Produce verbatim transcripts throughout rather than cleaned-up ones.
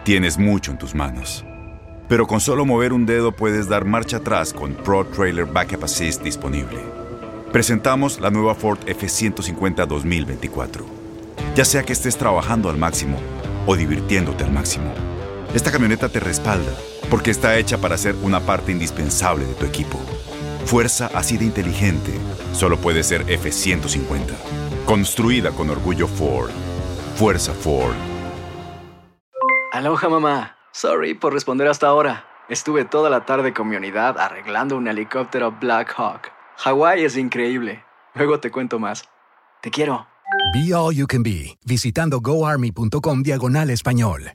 Tienes mucho en tus manos. Pero con solo mover un dedo puedes dar marcha atrás con Pro Trailer Backup Assist disponible. Presentamos la nueva Ford F ciento cincuenta dos mil veinticuatro. Ya sea que estés trabajando al máximo o divirtiéndote al máximo, esta camioneta te respalda porque está hecha para ser una parte indispensable de tu equipo. Fuerza así de inteligente solo puede ser F ciento cincuenta. Construida con orgullo Ford. Fuerza Ford. Aloha, mamá. Sorry por responder hasta ahora. Estuve toda la tarde con mi unidad arreglando un helicóptero Black Hawk. Hawái es increíble. Luego te cuento más. Te quiero. Be All You Can Be, visitando goarmy.com diagonal español.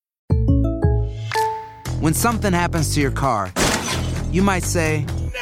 When something happens to your car, you might say,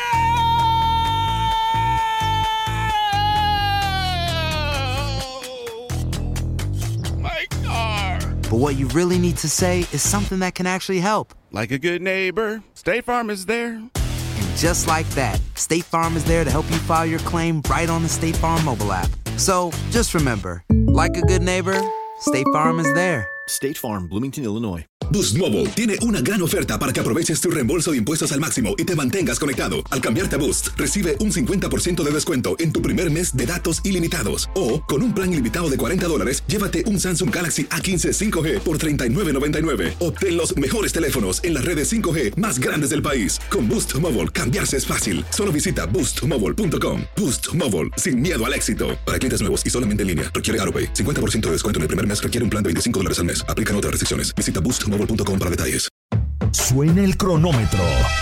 but what you really need to say is something that can actually help. Like a good neighbor, State Farm is there. And just like that, State Farm is there to help you file your claim right on the State Farm mobile app. So just remember, like a good neighbor, State Farm is there. State Farm, Bloomington, Illinois. Boost Mobile tiene una gran oferta para que aproveches tu reembolso de impuestos al máximo y te mantengas conectado. Al cambiarte a Boost, recibe un cincuenta por ciento de descuento en tu primer mes de datos ilimitados. O, con un plan ilimitado de cuarenta dólares, llévate un Samsung Galaxy A quince cinco G por treinta y nueve noventa y nueve. Obtén los mejores teléfonos en las redes cinco G más grandes del país. Con Boost Mobile, cambiarse es fácil. Solo visita boost mobile punto com. Boost Mobile, sin miedo al éxito. Para clientes nuevos y solamente en línea, requiere AutoPay. cincuenta por ciento de descuento en el primer mes requiere un plan de veinticinco dólares al mes. Aplican otras restricciones. Visita boost mobile punto com para detalles. Suena el cronómetro.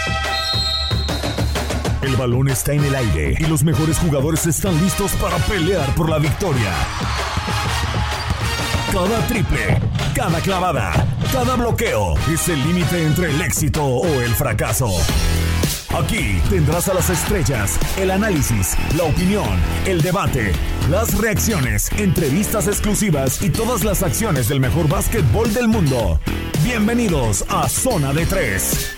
El balón está en el aire y los mejores jugadores están listos para pelear por la victoria. Cada triple, cada clavada, cada bloqueo es el límite entre el éxito o el fracaso. Aquí tendrás a las estrellas, el análisis, la opinión, el debate, las reacciones, entrevistas exclusivas y todas las acciones del mejor básquetbol del mundo. Bienvenidos a Zona de Tres.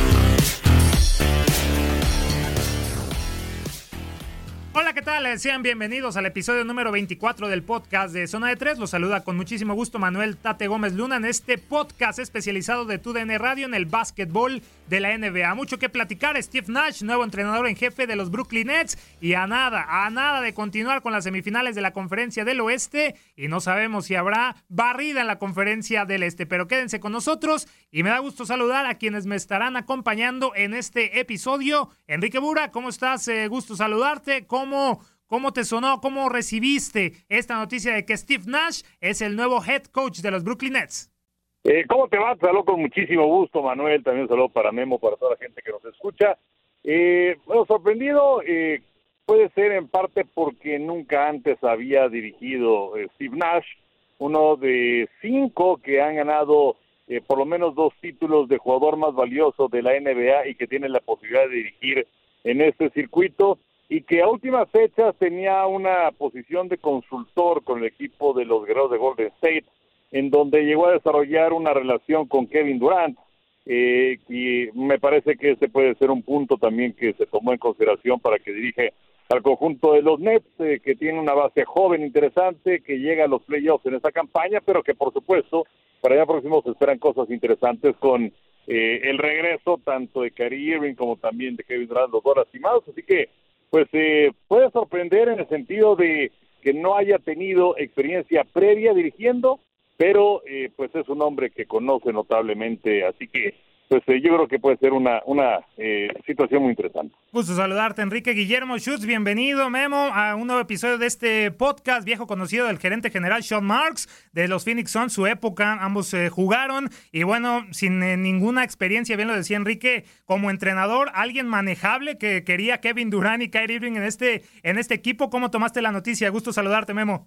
Hola, ¿qué tal? Sean bienvenidos al episodio número veinticuatro del podcast de Zona de Tres. Los saluda con muchísimo gusto Manuel Tate Gómez Luna en este podcast especializado de T U D N Radio en el básquetbol de la N B A. Mucho que platicar. Steve Nash, nuevo entrenador en jefe de los Brooklyn Nets, y a nada, a nada de continuar con las semifinales de la Conferencia del Oeste, y no sabemos si habrá barrida en la Conferencia del Este, pero quédense con nosotros y me da gusto saludar a quienes me estarán acompañando en este episodio. Enrique Bura, ¿cómo estás? Eh, gusto saludarte. ¿Cómo, ¿Cómo te sonó? ¿Cómo recibiste esta noticia de que Steve Nash es el nuevo head coach de los Brooklyn Nets? Eh, ¿Cómo te va? Te saludo con muchísimo gusto, Manuel. También un saludo para Memo, para toda la gente que nos escucha. Eh, bueno, sorprendido eh, puede ser en parte porque nunca antes había dirigido eh, Steve Nash, uno de cinco que han ganado eh, por lo menos dos títulos de jugador más valioso de la N B A y que tiene la posibilidad de dirigir en este circuito, y que a últimas fechas tenía una posición de consultor con el equipo de los Guerreros de Golden State, en donde llegó a desarrollar una relación con Kevin Durant, eh, y me parece que ese puede ser un punto también que se tomó en consideración para que dirige al conjunto de los Nets, eh, que tiene una base joven interesante, que llega a los playoffs en esta campaña, pero que por supuesto para el año próximo se esperan cosas interesantes con eh, el regreso tanto de Kyrie Irving como también de Kevin Durant, los dos lastimados, así que pues eh, puede sorprender en el sentido de que no haya tenido experiencia previa dirigiendo, pero eh, pues es un hombre que conoce notablemente, así que pues eh, yo creo que puede ser una, una eh, situación muy interesante. Gusto saludarte, Enrique. Guillermo Schutz, bienvenido, Memo, a un nuevo episodio de este podcast, viejo conocido del gerente general Sean Marks de los Phoenix Suns, su época, ambos eh, jugaron, y bueno, sin eh, ninguna experiencia, bien lo decía Enrique, como entrenador, alguien manejable que quería Kevin Durant y Kyrie Irving en este, en este equipo. ¿Cómo tomaste la noticia? Gusto saludarte, Memo.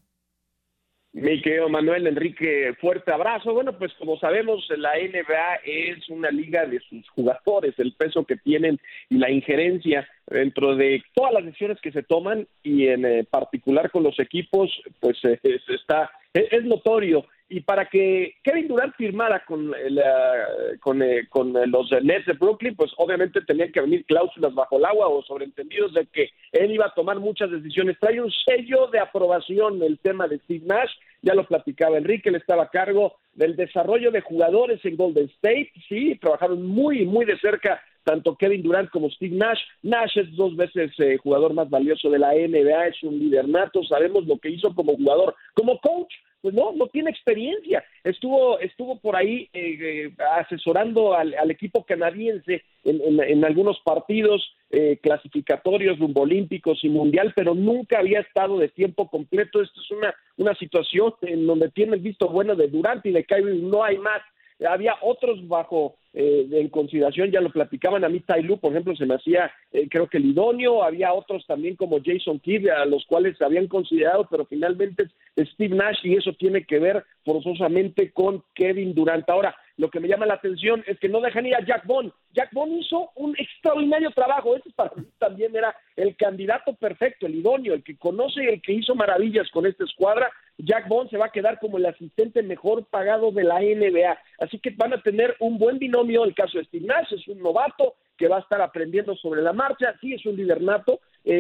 Mi querido Manuel, Enrique, fuerte abrazo. Bueno, pues como sabemos, la N B A es una liga de sus jugadores, el peso que tienen y la injerencia dentro de todas las decisiones que se toman, y en eh, particular con los equipos, pues eh, está es, es notorio. y para que Kevin Durant firmara con, el, uh, con, eh, con los Nets de Brooklyn, pues obviamente tenían que venir cláusulas bajo el agua o sobreentendidos de que él iba a tomar muchas decisiones. Trae un sello de aprobación el tema de Steve Nash, ya lo platicaba Enrique, él estaba a cargo del desarrollo de jugadores en Golden State, sí, trabajaron muy, muy de cerca tanto Kevin Durant como Steve Nash. Nash es dos veces eh, jugador más valioso de la N B A, es un líder nato, sabemos lo que hizo como jugador, como coach, pues no, no tiene experiencia. Estuvo estuvo por ahí eh, eh, asesorando al, al equipo canadiense en, en, en algunos partidos eh, clasificatorios, rumbo olímpicos y mundial, pero nunca había estado de tiempo completo. Esto es una, una situación en donde tiene el visto bueno de Durant y de Kyrie, no hay más. Había otros bajo eh, en consideración, ya lo platicaban, a mí Ty Lue, por ejemplo, se me hacía eh, creo que el idóneo, había otros también como Jason Kidd, a los cuales se habían considerado, pero finalmente es Steve Nash, y eso tiene que ver forzosamente con Kevin Durant. Ahora, lo que me llama la atención es que no dejan ir a Jack Vaughn. Jack Vaughn hizo un extraordinario trabajo, ese para mí también era el candidato perfecto, el idóneo, el que conoce y el que hizo maravillas con esta escuadra. Jack Vaughn se va a quedar como el asistente mejor pagado de la N B A, así que van a tener un buen binomio. El caso de Steve Nash es un novato que va a estar aprendiendo sobre la marcha, sí es un líder nato,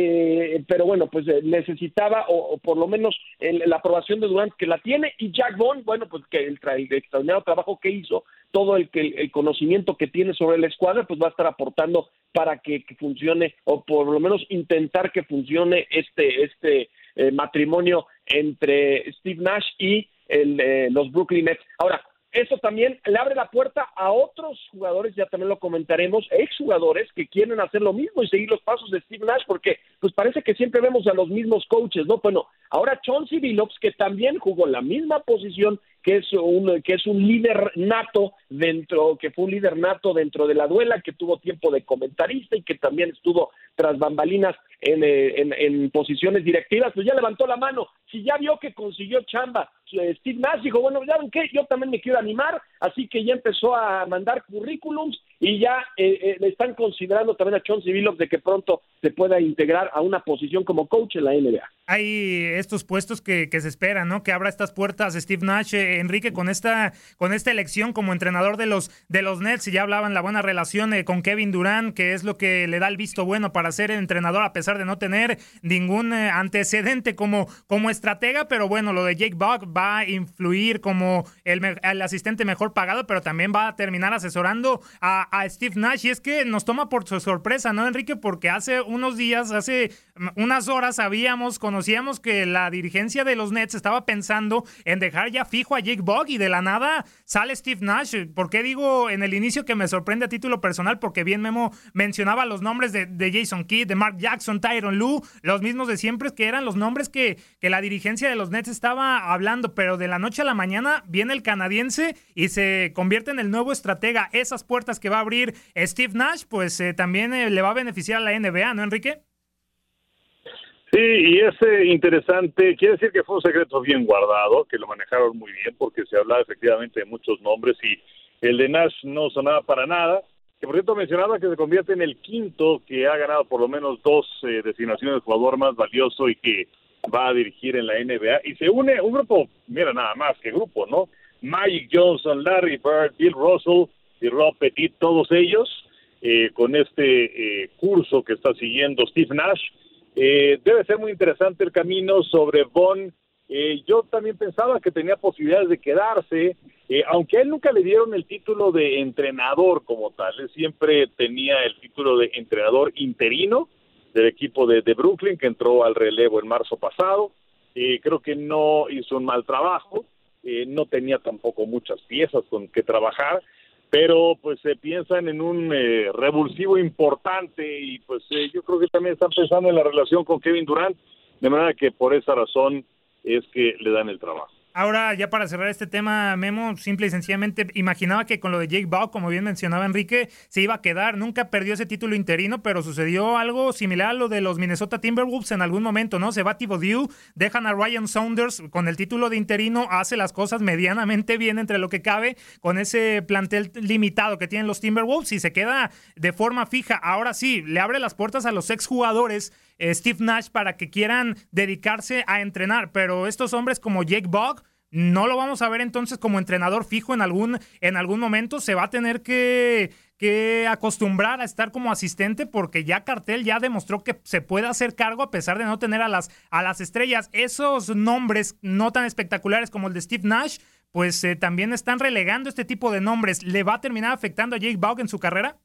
eh, pero bueno, pues eh, necesitaba, o, o por lo menos el, la aprobación de Durant, que la tiene, y Jack Vaughn, bueno, pues que el, tra- el extraordinario trabajo que hizo, todo el, el, el conocimiento que tiene sobre la escuadra, pues va a estar aportando para que, que funcione, o por lo menos intentar que funcione este, este eh, matrimonio entre Steve Nash y el, eh, los Brooklyn Nets. Ahora, eso también le abre la puerta a otros jugadores, ya también lo comentaremos, exjugadores que quieren hacer lo mismo y seguir los pasos de Steve Nash, porque pues parece que siempre vemos a los mismos coaches, ¿no? Bueno, ahora Chauncey Billups, que también jugó la misma posición, que es un que es un líder nato dentro, que fue un líder nato dentro de la duela, que tuvo tiempo de comentarista y que también estuvo tras bambalinas en, en, en posiciones directivas, pues ya levantó la mano. Si ya vio que consiguió chamba Steve Nash, dijo, bueno, ¿ya ven qué? Yo también me quiero animar, así que ya empezó a mandar currículums y ya eh, eh, le están considerando también a Chauncey Billups de que pronto se pueda integrar a una posición como coach en la N B A. Hay estos puestos que, que se esperan, ¿no? Que abra estas puertas Steve Nash, eh, Enrique, con esta con esta elección como entrenador de los de los Nets. Y ya hablaban la buena relación eh, con Kevin Durant, que es lo que le da el visto bueno para ser entrenador, a pesar de no tener ningún eh, antecedente como, como estratega. Pero bueno, lo de Jake Buck va a influir como el, el asistente mejor pagado, pero también va a terminar asesorando a, a Steve Nash. Y es que nos toma por su sorpresa, ¿no, Enrique? Porque hace unos días, hace unas horas sabíamos, conocíamos que la dirigencia de los Nets estaba pensando en dejar ya fijo a Jake Buck, y de la nada sale Steve Nash. ¿Por qué digo en el inicio que me sorprende a título personal? Porque bien Memo mencionaba los nombres de, de Jason Kidd, de Mark Jackson, Tyronn Lue, los mismos de siempre, que eran los nombres que, que la dirigencia de los Nets estaba hablando, pero de la noche a la mañana viene el canadiense y se convierte en el nuevo estratega. Esas puertas que va a abrir Steve Nash, pues eh, también eh, le va a beneficiar a la N B A, ¿no, Enrique? Sí, y es eh, interesante, quiere decir que fue un secreto bien guardado, que lo manejaron muy bien, porque se hablaba efectivamente de muchos nombres y el de Nash no sonaba para nada, que por cierto mencionaba que se convierte en el quinto que ha ganado por lo menos dos eh, designaciones de jugador más valioso y que va a dirigir en la N B A, y se une un grupo, mira nada más que grupo, ¿no? Magic Johnson, Larry Bird, Bill Russell y Rob Petit, todos ellos eh, con este eh, curso que está siguiendo Steve Nash. Eh, debe ser muy interesante el camino sobre Vaughn. Eh, yo también pensaba que tenía posibilidades de quedarse, eh, aunque a él nunca le dieron el título de entrenador como tal. Él siempre tenía el título de entrenador interino del equipo de, de Brooklyn, que entró al relevo en marzo pasado. Eh, creo que no hizo un mal trabajo, eh, no tenía tampoco muchas piezas con que trabajar, pero pues se eh, piensan en un eh, revulsivo importante, y pues eh, yo creo que también están pensando en la relación con Kevin Durant, de manera que por esa razón es que le dan el trabajo. Ahora, ya para cerrar este tema, Memo, simple y sencillamente imaginaba que con lo de Jake Buck, como bien mencionaba Enrique, se iba a quedar. Nunca perdió ese título interino, pero sucedió algo similar a lo de los Minnesota Timberwolves en algún momento, ¿no? Se va Thibodeau, dejan a Ryan Saunders con el título de interino, hace las cosas medianamente bien entre lo que cabe, con ese plantel limitado que tienen los Timberwolves, y se queda de forma fija. Ahora sí, le abre las puertas a los exjugadores eh, Steve Nash para que quieran dedicarse a entrenar, pero estos hombres como Jake Buck no lo vamos a ver entonces como entrenador fijo en algún, en algún momento. Se va a tener que, que acostumbrar a estar como asistente, porque ya Cartel ya demostró que se puede hacer cargo a pesar de no tener a las, a las estrellas. Esos nombres no tan espectaculares como el de Steve Nash, pues eh, también están relegando este tipo de nombres. ¿Le va a terminar afectando a Jake Baugh en su carrera?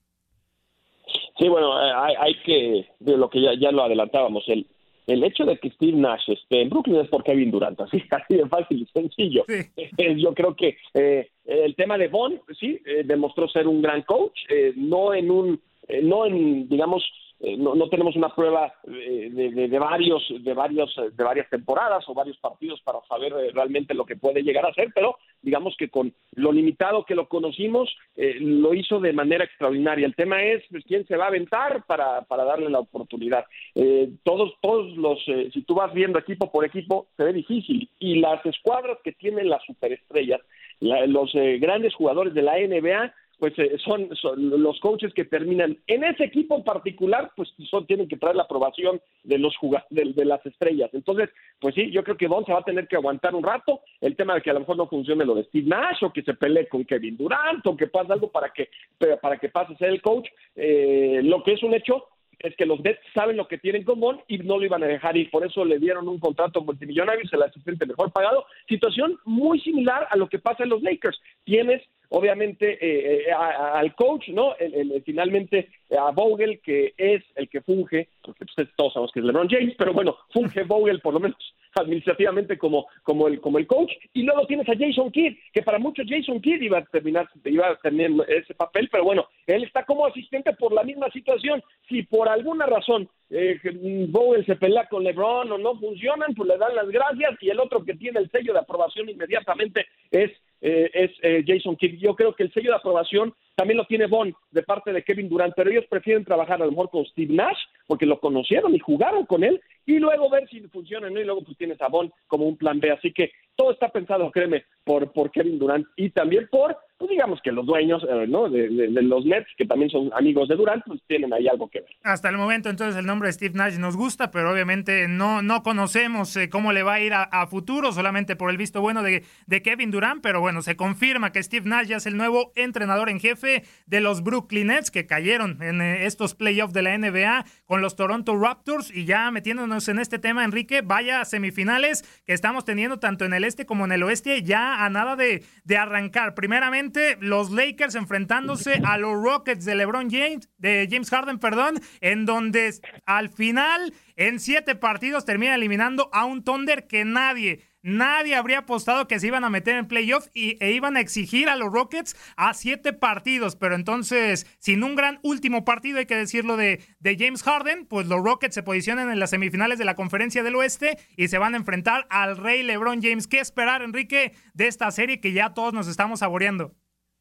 Sí, bueno, hay, hay que, de lo que ya, ya lo adelantábamos, el, el hecho de que Steve Nash esté en Brooklyn es por Kevin Durant, así, así de fácil y sencillo. Sí. Yo creo que eh, el tema de Von, sí, eh, demostró ser un gran coach, eh, no en un, eh, no en, digamos, eh, no, no tenemos una prueba eh, de, de, de varios, de varios, de varias temporadas o varios partidos para saber eh, realmente lo que puede llegar a ser, pero digamos que con lo limitado que lo conocimos, eh, lo hizo de manera extraordinaria. El tema es pues, quién se va a aventar para, para darle la oportunidad. Eh, todos, todos los, eh, si tú vas viendo equipo por equipo, se ve difícil. Y las escuadras que tienen las superestrellas, la, los eh, grandes jugadores de la N B A, pues eh, son, son los coaches que terminan en ese equipo en particular, pues son, tienen que traer la aprobación de los jugadores, de, de las estrellas. Entonces, pues sí, yo creo que Von se va a tener que aguantar un rato. El tema de que a lo mejor no funcione lo de Steve Nash, o que se pelee con Kevin Durant, o que pase algo para que, para que pase a ser el coach. Eh, lo que es un hecho es que los Nets saben lo que tienen con Von y no lo iban a dejar ir, por eso le dieron un contrato multimillonario, es el asistente mejor pagado. Situación muy similar a lo que pasa en los Lakers. Tienes obviamente eh, eh, a, a, al coach, ¿no? El, el, finalmente a Vogel, que es el que funge, porque pues, todos sabemos que es LeBron James, pero bueno, funge Vogel por lo menos administrativamente como, como, el, como el coach, y luego tienes a Jason Kidd, que para muchos Jason Kidd iba a terminar, iba a tener ese papel, pero bueno, él está como asistente por la misma situación. Si por alguna razón eh, Vogel se pelea con LeBron o no funcionan, pues le dan las gracias, y el otro que tiene el sello de aprobación inmediatamente es Eh, es eh, Jason Kidd. Yo creo que el sello de aprobación también lo tiene Von de parte de Kevin Durant, pero ellos prefieren trabajar a lo mejor con Steve Nash porque lo conocieron y jugaron con él, y luego ver si funciona, ¿no? Y luego pues tienes a Von como un plan B, así que todo está pensado, créeme, por, por Kevin Durant, y también por, pues digamos que los dueños, eh, ¿no? De, de, de los Nets, que también son amigos de Durant, pues tienen ahí algo que ver. Hasta el momento, entonces, el nombre de Steve Nash nos gusta, pero obviamente no, no conocemos eh, cómo le va a ir a, a futuro, solamente por el visto bueno de, de Kevin Durant, pero bueno, se confirma que Steve Nash ya es el nuevo entrenador en jefe de los Brooklyn Nets, que cayeron en eh, estos playoffs de la N B A con los Toronto Raptors. Y ya metiéndonos en este tema, Enrique, vaya semifinales que estamos teniendo tanto en el este como en el oeste, ya a nada de, de arrancar. Primeramente, los Lakers enfrentándose a los Rockets de LeBron James, de James Harden, perdón, en donde al final, en siete partidos, termina eliminando a un Thunder que nadie, nadie habría apostado que se iban a meter en playoff y, e iban a exigir a los Rockets a siete partidos. Pero entonces, sin un gran último partido, hay que decirlo, de, de James Harden, pues los Rockets se posicionan en las semifinales de la Conferencia del Oeste y se van a enfrentar al rey LeBron James. ¿Qué esperar, Enrique, de esta serie que ya todos nos estamos saboreando?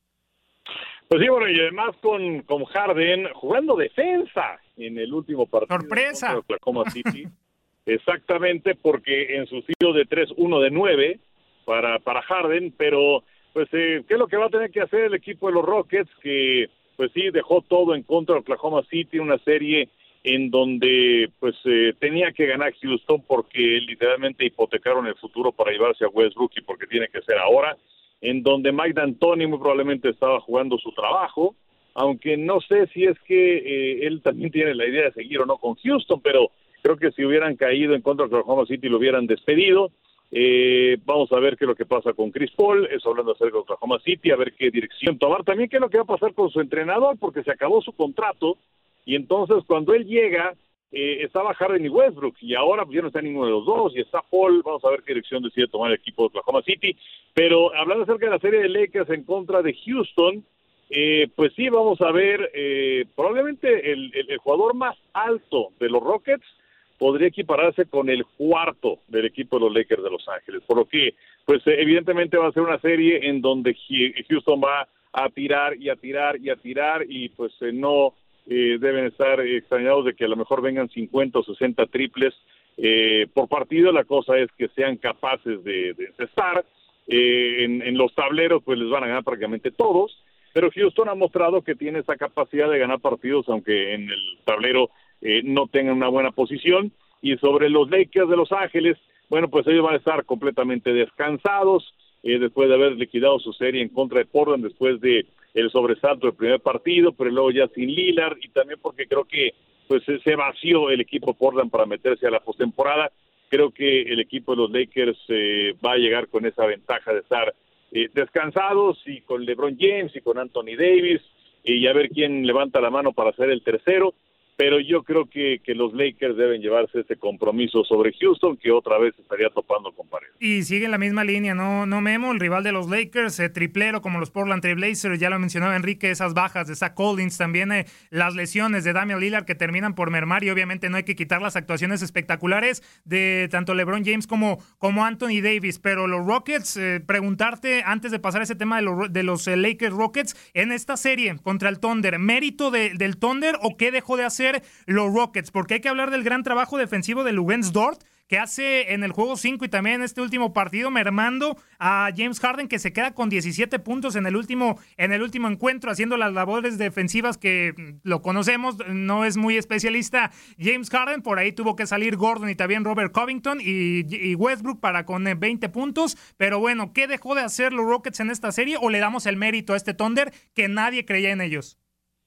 Pues sí, bueno, y además con, con Harden jugando defensa en el último partido. ¡Sorpresa! De Oklahoma City. Exactamente, porque en su estilo de tres uno de nueve para, para Harden, pero pues eh, ¿qué es lo que va a tener que hacer el equipo de los Rockets? Que pues sí, dejó todo en contra de Oklahoma City, una serie en donde pues eh, tenía que ganar Houston porque literalmente hipotecaron el futuro para llevarse a Westbrook, y porque tiene que ser ahora, en donde Mike D'Antoni muy probablemente estaba jugando su trabajo, aunque no sé si es que eh, él también tiene la idea de seguir o no con Houston, pero creo que si hubieran caído en contra de Oklahoma City lo hubieran despedido. Eh, vamos a ver qué es lo que pasa con Chris Paul, eso hablando acerca de Oklahoma City, a ver qué dirección tomar, también qué es lo que va a pasar con su entrenador, porque se acabó su contrato, y entonces cuando él llega, eh, estaba Harden y Westbrook, y ahora pues ya no está ninguno de los dos, y está Paul. Vamos a ver qué dirección decide tomar el equipo de Oklahoma City. Pero hablando acerca de la serie de Lakers en contra de Houston, eh, pues sí, vamos a ver, eh, probablemente el, el, el jugador más alto de los Rockets podría equipararse con el cuarto del equipo de los Lakers de Los Ángeles, por lo que, pues evidentemente va a ser una serie en donde Houston va a tirar y a tirar y a tirar, y pues eh, no eh, deben estar extrañados de que a lo mejor vengan cincuenta o sesenta triples eh, por partido. La cosa es que sean capaces de, de encestar. Eh, en, en los tableros pues les van a ganar prácticamente todos, pero Houston ha mostrado que tiene esa capacidad de ganar partidos, aunque en el tablero Eh, no tengan una buena posición. Y sobre los Lakers de Los Ángeles, bueno, pues ellos van a estar completamente descansados eh, después de haber liquidado su serie en contra de Portland, después de el sobresalto del primer partido, pero luego ya sin Lillard, y también porque creo que pues se vació el equipo Portland para meterse a la postemporada. Creo que el equipo de los Lakers eh, va a llegar con esa ventaja de estar eh, descansados, y con LeBron James y con Anthony Davis, y a ver quién levanta la mano para ser el tercero. Pero yo creo que, que los Lakers deben llevarse ese compromiso sobre Houston, que otra vez estaría topando con pared. Y sigue en la misma línea, ¿no, no Memo? El rival de los Lakers, eh, triplero como los Portland Trail Blazers, ya lo mencionaba Enrique, esas bajas de Zach Collins, también eh, las lesiones de Damian Lillard que terminan por mermar, y obviamente no hay que quitar las actuaciones espectaculares de tanto LeBron James como, como Anthony Davis. Pero los Rockets, eh, preguntarte antes de pasar a ese tema de los, de los eh, Lakers Rockets, en esta serie contra el Thunder, ¿mérito de, del Thunder o qué dejó de hacer los Rockets? Porque hay que hablar del gran trabajo defensivo de Luguentz Dort, que hace en el juego cinco y también en este último partido, mermando a James Harden, que se queda con diecisiete puntos en el último en el último encuentro, haciendo las labores defensivas que lo conocemos, no es muy especialista James Harden. Por ahí tuvo que salir Gordon y también Robert Covington y, y Westbrook para con veinte puntos. Pero bueno, ¿qué dejó de hacer los Rockets en esta serie, o le damos el mérito a este Thunder que nadie creía en ellos?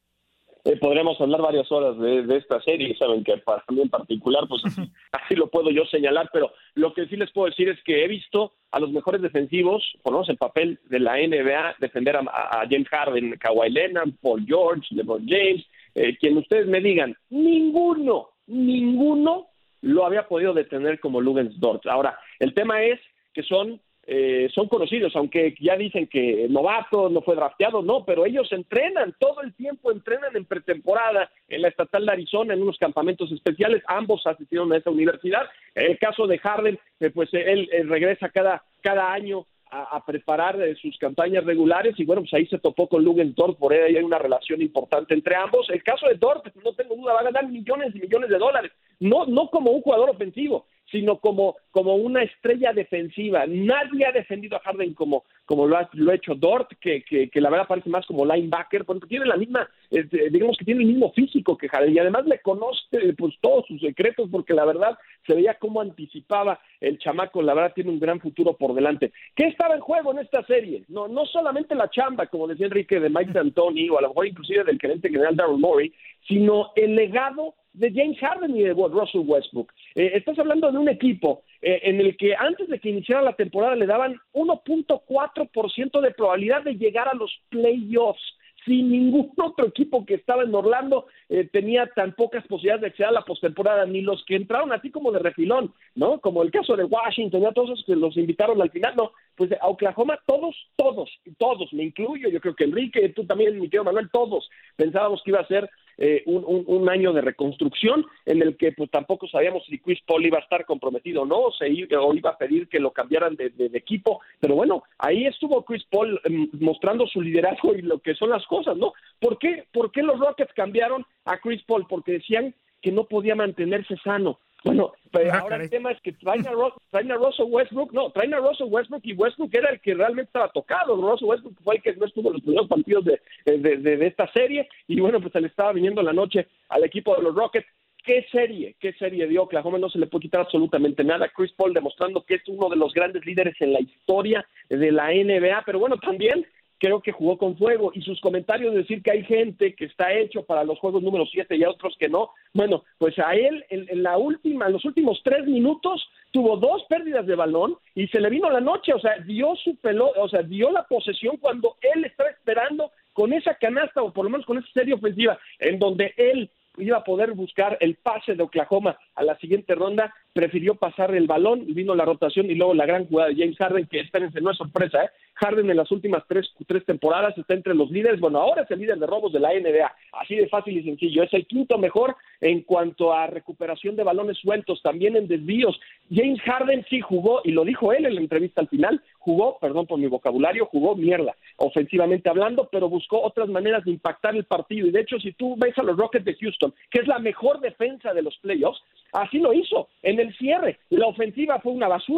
Eh, podremos hablar varias horas de, de esta serie, saben que para mí en particular, pues así, así lo puedo yo señalar, pero lo que sí les puedo decir es que he visto a los mejores defensivos, ponemos el papel de la N B A, defender a, a James Harden, Kawhi Leonard, Paul George, LeBron James, eh, quien ustedes me digan, ninguno, ninguno lo había podido detener como Luguentz Dort. Ahora, el tema es que son Eh, son conocidos, aunque ya dicen que novato, no fue drafteado, no, pero ellos entrenan, todo el tiempo entrenan en pretemporada, en la Estatal de Arizona, en unos campamentos especiales, ambos asistieron a esa universidad. En el caso de Harden, eh, pues él, él regresa cada, cada año a, a preparar eh, sus campañas regulares, y bueno, pues ahí se topó con Luguentz Dort, por ahí hay una relación importante entre ambos. El caso de Dort, no tengo duda, va a ganar millones y millones de dólares, no, no como un jugador ofensivo, sino como, como una estrella defensiva. Nadie ha defendido a Harden como, como lo ha, lo ha hecho Dort, que, que, que la verdad parece más como linebacker, porque tiene la misma, eh, digamos que tiene el mismo físico que Harden, y además le conoce pues todos sus secretos, porque la verdad se veía cómo anticipaba el chamaco. La verdad tiene un gran futuro por delante. ¿Qué estaba en juego en esta serie? No, no solamente la chamba, como decía Enrique, de Mike D'Antoni, o a lo mejor inclusive del gerente general Daryl Morey, sino el legado de James Harden y de Russell Westbrook. Eh, estás hablando de un equipo eh, en el que antes de que iniciara la temporada le daban uno punto cuatro por ciento de probabilidad de llegar a los playoffs. Sin ningún otro equipo que estaba en Orlando eh, tenía tan pocas posibilidades de acceder a la postemporada, ni los que entraron así como de refilón, ¿no? Como el caso de Washington, ya todos esos que los invitaron al final, no, pues a Oklahoma todos, todos, todos, me incluyo, yo creo que Enrique, tú también, mi querido Manuel, todos pensábamos que iba a ser eh, un, un, un año de reconstrucción en el que pues tampoco sabíamos si Chris Paul iba a estar comprometido o no, o, se iba, o iba a pedir que lo cambiaran de, de, de equipo, pero bueno, ahí estuvo Chris Paul eh, mostrando su liderazgo y lo que son las cosas, ¿no? ¿Por qué, ¿Por qué los Rockets cambiaron a Chris Paul? Porque decían que no podía mantenerse sano. Bueno, pero ahora el tema es que traen a, Ro- traen a Russell Westbrook, no, traen a Russell Westbrook, y Westbrook era el que realmente estaba tocado. Russell Westbrook fue el que no estuvo en los primeros partidos de, de, de, de esta serie, y bueno, pues se le estaba viniendo la noche al equipo de los Rockets. ¿Qué serie? ¿Qué serie dio? Oklahoma no se le puede quitar absolutamente nada. Chris Paul demostrando que es uno de los grandes líderes en la historia de la N B A, pero bueno, también creo que jugó con fuego, y sus comentarios de decir que hay gente que está hecho para los juegos número siete y a otros que no, bueno, pues a él en, en la última, en los últimos tres minutos tuvo dos pérdidas de balón y se le vino la noche, o sea, dio su pelota, o sea, dio la posesión cuando él estaba esperando con esa canasta, o por lo menos con esa serie ofensiva, en donde él iba a poder buscar el pase de Oklahoma a la siguiente ronda, prefirió pasar el balón, y vino la rotación, y luego la gran jugada de James Harden, que espérense, no es sorpresa, ¿eh? Harden en las últimas tres, tres temporadas está entre los líderes, bueno, ahora es el líder de robos de la N B A, así de fácil y sencillo, es el quinto mejor en cuanto a recuperación de balones sueltos, también en desvíos. James Harden sí jugó, y lo dijo él en la entrevista al final, jugó, perdón por mi vocabulario, jugó mierda, ofensivamente hablando, pero buscó otras maneras de impactar el partido, y de hecho, si tú ves a los Rockets de Houston, que es la mejor defensa de los playoffs, así lo hizo, en el cierre, la ofensiva fue una basura,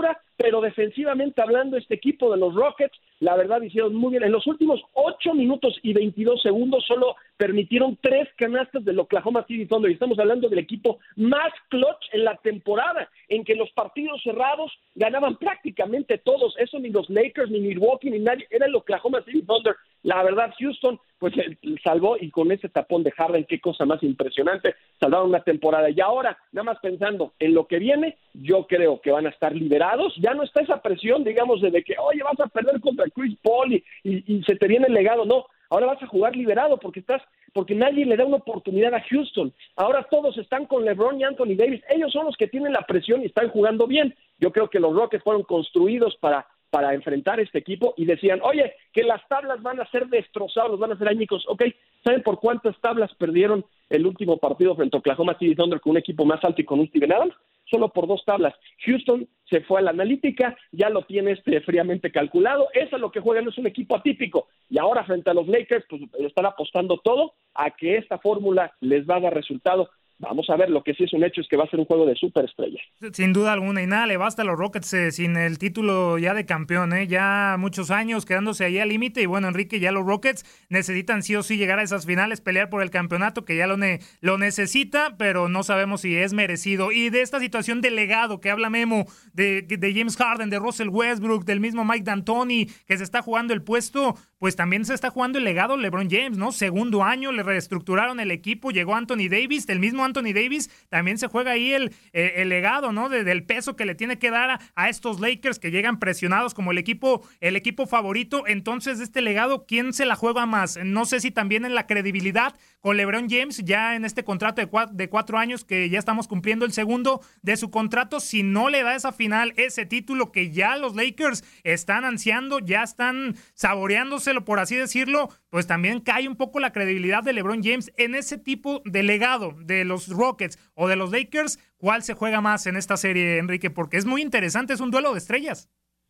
pero defensivamente hablando, este equipo de los Rockets, la verdad hicieron muy bien. En los últimos ocho minutos y veintidós segundos solo permitieron tres canastas del Oklahoma City Thunder, y estamos hablando del equipo más clutch en la temporada, en que los partidos cerrados ganaban prácticamente todos. Eso ni los Lakers, ni Milwaukee, ni nadie, era el Oklahoma City Thunder. La verdad, Houston, pues salvó, y con ese tapón de Harden, qué cosa más impresionante, salvaron una temporada. Y ahora, nada más pensando en lo que viene, yo creo que van a estar liberados. Ya no está esa presión, digamos, de, de que, oye, vas a perder contra Chris Paul y, y, y se te viene el legado. No, ahora vas a jugar liberado porque estás, porque nadie le da una oportunidad a Houston. Ahora todos están con LeBron y Anthony Davis. Ellos son los que tienen la presión y están jugando bien. Yo creo que los Rockets fueron construidos para para enfrentar este equipo, y decían, oye, que las tablas van a ser destrozadas, los van a hacer añicos. Ok, ¿saben por cuántas tablas perdieron el último partido frente a Oklahoma City Thunder con un equipo más alto y con un Steven Adams? Solo por dos tablas. Houston se fue a la analítica, ya lo tiene este fríamente calculado. Eso es lo que juegan, es un equipo atípico. Y ahora frente a los Lakers, pues están apostando todo a que esta fórmula les va a dar resultado. Vamos a ver, lo que sí es un hecho es que va a ser un juego de superestrellas. Sin duda alguna, y nada le basta a los Rockets eh, sin el título ya de campeón, eh, ya muchos años quedándose ahí al límite, y bueno, Enrique, ya los Rockets necesitan sí o sí llegar a esas finales, pelear por el campeonato, que ya lo, ne- lo necesita, pero no sabemos si es merecido. Y de esta situación de legado que habla Memo, de, de James Harden, de Russell Westbrook, del mismo Mike D'Antoni, que se está jugando el puesto, pues también se está jugando el legado LeBron James, ¿no? Segundo año, le reestructuraron el equipo, llegó Anthony Davis, el mismo Anthony Davis, también se juega ahí el, eh, el legado, ¿no? De, del peso que le tiene que dar a, a estos Lakers que llegan presionados como el equipo, el equipo favorito. Entonces, este legado, ¿quién se la juega más? No sé si también en la credibilidad con LeBron James, ya en este contrato de cuatro, de cuatro años, que ya estamos cumpliendo el segundo de su contrato, si no le da esa final, ese título que ya los Lakers están ansiando, ya están saboreándoselo, por así decirlo, pues también cae un poco la credibilidad de LeBron James en ese tipo de legado de los Rockets o de los Lakers. ¿Cuál se juega más en esta serie, Enrique? Porque es muy interesante, es un duelo de estrellas.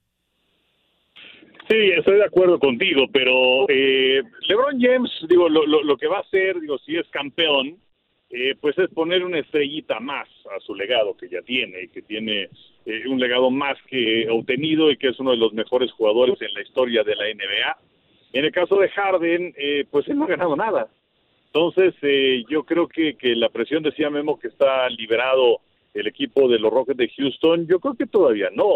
Sí, estoy de acuerdo contigo, pero eh, LeBron James, digo, lo, lo, lo que va a hacer, digo, si es campeón, eh, pues es poner una estrellita más a su legado que ya tiene, y que tiene eh, un legado más que obtenido, y que es uno de los mejores jugadores en la historia de la N B A. En el caso de Harden, eh, pues él no ha ganado nada. Entonces, eh, yo creo que, que la presión, decía Memo, que está liberado el equipo de los Rockets de Houston, yo creo que todavía no,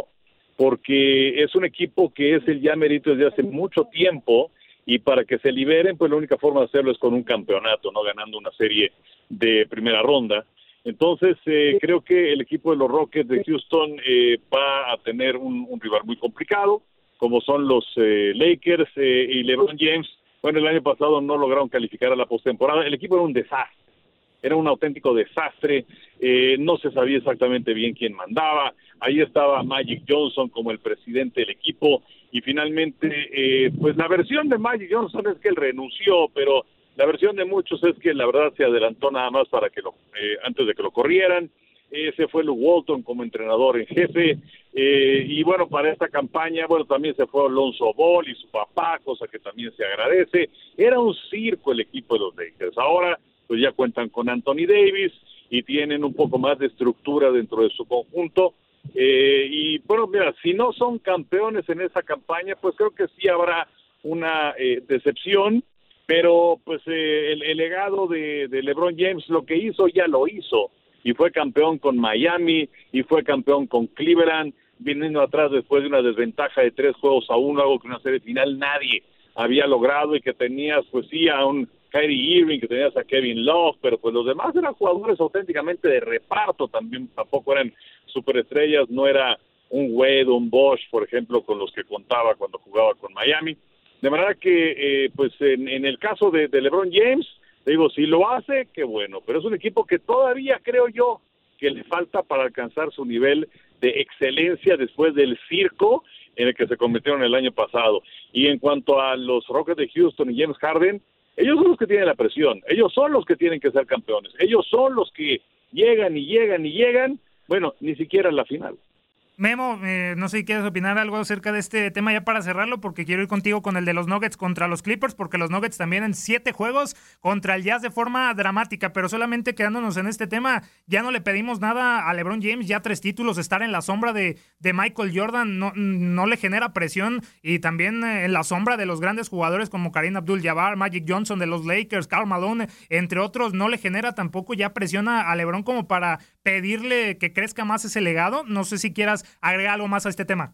porque es un equipo que es el ya merito desde hace mucho tiempo, y para que se liberen, pues la única forma de hacerlo es con un campeonato, no ganando una serie de primera ronda. Entonces, eh, creo que el equipo de los Rockets de Houston eh, va a tener un, un rival muy complicado, como son los eh, Lakers eh, y LeBron James. Bueno, el año pasado no lograron calificar a la postemporada. El equipo era un desastre, era un auténtico desastre. Eh, no se sabía exactamente bien quién mandaba. Ahí estaba Magic Johnson como el presidente del equipo, y finalmente, eh, pues la versión de Magic Johnson es que él renunció, pero la versión de muchos es que la verdad se adelantó nada más para que lo, eh, antes de que lo corrieran. Ese fue Luke Walton como entrenador en jefe, eh, y bueno, para esta campaña, bueno, también se fue Alonso Ball y su papá, cosa que también se agradece. Era un circo el equipo de los Lakers. Ahora, pues ya cuentan con Anthony Davis y tienen un poco más de estructura dentro de su conjunto, eh, y bueno, mira, si no son campeones en esa campaña, pues creo que sí habrá una eh, decepción, pero pues eh, el, el legado de, de LeBron James, lo que hizo ya lo hizo, y fue campeón con Miami, y fue campeón con Cleveland, viniendo atrás después de una desventaja de tres juegos a uno, algo que en una serie final nadie había logrado, y que tenías, pues sí, a un Kyrie Irving, que tenías a Kevin Love, pero pues los demás eran jugadores auténticamente de reparto, también tampoco eran superestrellas, no era un Wade, un Bosch, por ejemplo, con los que contaba cuando jugaba con Miami. De manera que, eh, pues en, en el caso de, de LeBron James, digo, si lo hace, qué bueno, pero es un equipo que todavía creo yo que le falta para alcanzar su nivel de excelencia después del circo en el que se convirtieron el año pasado. Y en cuanto a los Rockets de Houston y James Harden, ellos son los que tienen la presión, ellos son los que tienen que ser campeones, ellos son los que llegan y llegan y llegan, bueno, ni siquiera a la final. Memo, eh, no sé si quieres opinar algo acerca de este tema ya para cerrarlo, porque quiero ir contigo con el de los Nuggets contra los Clippers, porque los Nuggets también en siete juegos contra el Jazz de forma dramática, pero solamente quedándonos en este tema, ya no le pedimos nada a LeBron James, ya tres títulos, estar en la sombra de, de Michael Jordan no, no le genera presión, y también en la sombra de los grandes jugadores como Kareem Abdul-Jabbar, Magic Johnson de los Lakers, Karl Malone, entre otros, no le genera tampoco ya presión a, a LeBron como para pedirle que crezca más ese legado. No sé si quieras agregar algo más a este tema.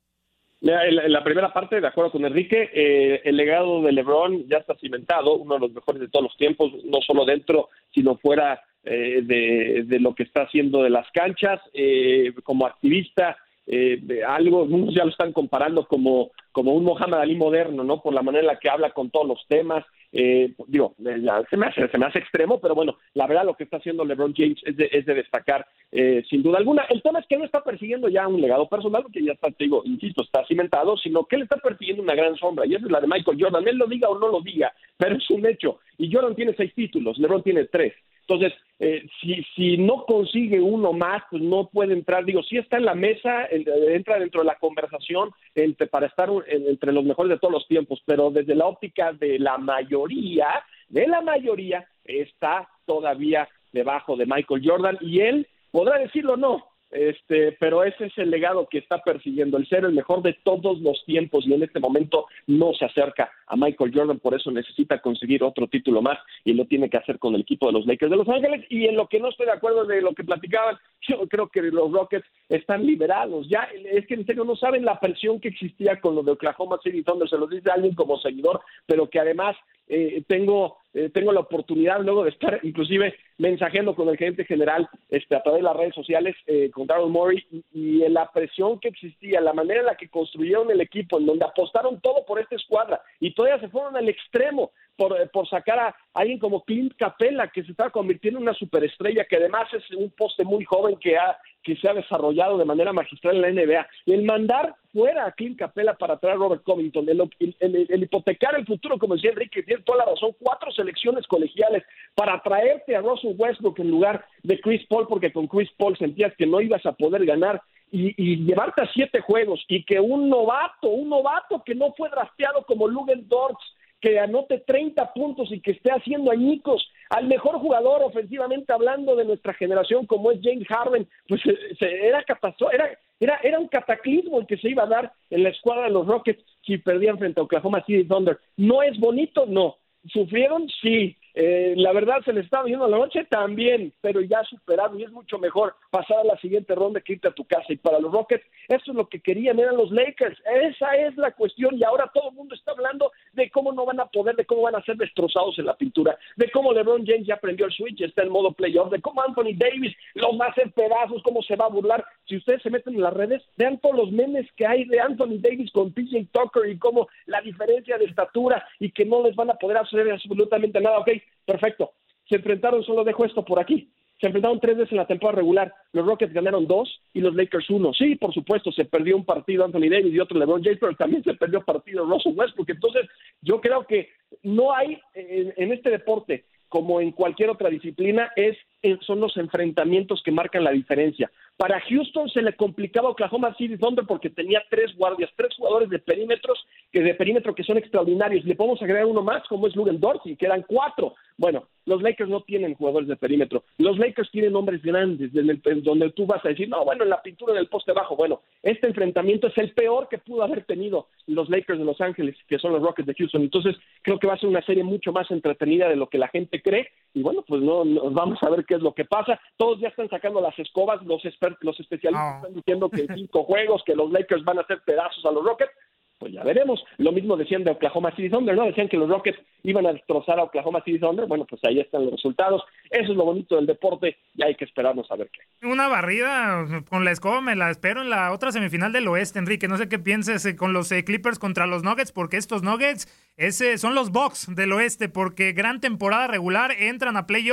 En la primera parte, de acuerdo con Enrique, eh, el legado de LeBron ya está cimentado, uno de los mejores de todos los tiempos, no solo dentro, sino fuera eh, de, de lo que está haciendo de las canchas, eh, como activista, eh, algo, unos ya lo están comparando como, como un Muhammad Ali moderno, ¿no? Por la manera en la que habla con todos los temas. Eh, digo, ya, se, me hace, se me hace extremo, pero bueno, la verdad lo que está haciendo LeBron James es de, es de destacar, eh, sin duda alguna. El tema es que no está persiguiendo ya un legado personal, porque ya está, te digo, insisto, está cimentado, sino que él está persiguiendo una gran sombra, y esa es la de Michael Jordan. Él lo diga o no lo diga, pero es un hecho, y Jordan tiene seis títulos, LeBron tiene tres. Entonces, eh, si, si no consigue uno más, pues no puede entrar. Digo, sí está en la mesa, el, entra dentro de la conversación entre, para estar en, entre los mejores de todos los tiempos, pero desde la óptica de la mayoría, de la mayoría, está todavía debajo de Michael Jordan, y él podrá decirlo o no, este, pero ese es el legado que está persiguiendo, el ser el mejor de todos los tiempos, y en este momento no se acerca a Michael Jordan, por eso necesita conseguir otro título más, y lo tiene que hacer con el equipo de los Lakers de Los Ángeles. Y en lo que no estoy de acuerdo de lo que platicaban, yo creo que los Rockets están liberados, ya es que en serio no saben la presión que existía con lo de Oklahoma City Thunder, se los dice alguien como seguidor, pero que además eh, tengo eh, tengo la oportunidad luego de estar inclusive mensajeando con el gerente general este, a través de las redes sociales, eh, con Daryl Morey, y, y en la presión que existía, la manera en la que construyeron el equipo, en donde apostaron todo por esta escuadra, y todavía se fueron al extremo por, por sacar a alguien como Clint Capella, que se está convirtiendo en una superestrella, que además es un poste muy joven que ha que se ha desarrollado de manera magistral en la N B A. El mandar fuera a Clint Capella para traer a Robert Covington, el, el, el, el hipotecar el futuro, como decía Enrique, tiene toda la razón, cuatro selecciones colegiales para traerte a Russell Westbrook en lugar de Chris Paul, porque con Chris Paul sentías que no ibas a poder ganar, y, y llevarte a siete juegos, y que un novato, un novato que no fue drafteado como Lugen Dortz, que anote treinta puntos y que esté haciendo añicos al mejor jugador ofensivamente hablando de nuestra generación, como es James Harden, pues se, era, era, era, era un cataclismo el que se iba a dar en la escuadra de los Rockets si perdían frente a Oklahoma City Thunder. ¿No es bonito? No. ¿Sufrieron? Sí. Eh, la verdad, se les estaba viendo la noche también, pero ya superado, y es mucho mejor pasar a la siguiente ronda que irte a tu casa. Y para los Rockets, eso es lo que querían, eran los Lakers. Esa es la cuestión, y ahora todo el mundo está hablando de cómo no van a poder, de cómo van a ser destrozados en la pintura, de cómo LeBron James ya prendió el switch, está en modo playoff, de cómo Anthony Davis los va a hacer pedazos, cómo se va a burlar. Si ustedes se meten en las redes, vean todos los memes que hay de Anthony Davis con P J Tucker, y cómo la diferencia de estatura, y que no les van a poder hacer absolutamente nada. Ok, perfecto. Se enfrentaron, solo dejo esto por aquí, se enfrentaron tres veces en la temporada regular. Los Rockets ganaron dos y los Lakers uno. Sí, por supuesto, se perdió un partido Anthony Davis y otro LeBron James, pero también se perdió partido Russell Westbrook. Entonces, yo creo que no hay en, en este deporte, como en cualquier otra disciplina, es son los enfrentamientos que marcan la diferencia. Para Houston se le complicaba a Oklahoma City Thunder porque tenía tres guardias, tres jugadores de perímetros que de perímetro que son extraordinarios. Le podemos agregar uno más, como es Lugen Dorsey, que eran cuatro. Bueno, los Lakers no tienen jugadores de perímetro. Los Lakers tienen hombres grandes, el, donde tú vas a decir, no, bueno, en la pintura del poste bajo. Bueno, este enfrentamiento es el peor que pudo haber tenido los Lakers de Los Ángeles, que son los Rockets de Houston. Entonces, creo que va a ser una serie mucho más entretenida de lo que la gente cree. Y bueno, pues no, nos vamos a ver qué es lo que pasa. Todos ya están sacando las escobas, los, exper- los especialistas oh. están diciendo que cinco juegos, que los Lakers van a hacer pedazos a los Rockets. Pues ya veremos. Lo mismo decían de Oklahoma City Thunder, ¿no? Decían que los Rockets iban a destrozar a Oklahoma City Thunder. Bueno, pues ahí están los resultados. Eso es lo bonito del deporte y hay que esperarnos a ver qué. Una barrida con la escoba me la espero en la otra semifinal del oeste, Enrique. No sé qué pienses con los eh, Clippers contra los Nuggets, porque estos Nuggets ese, son los Bucks del oeste, porque gran temporada regular, entran a playoff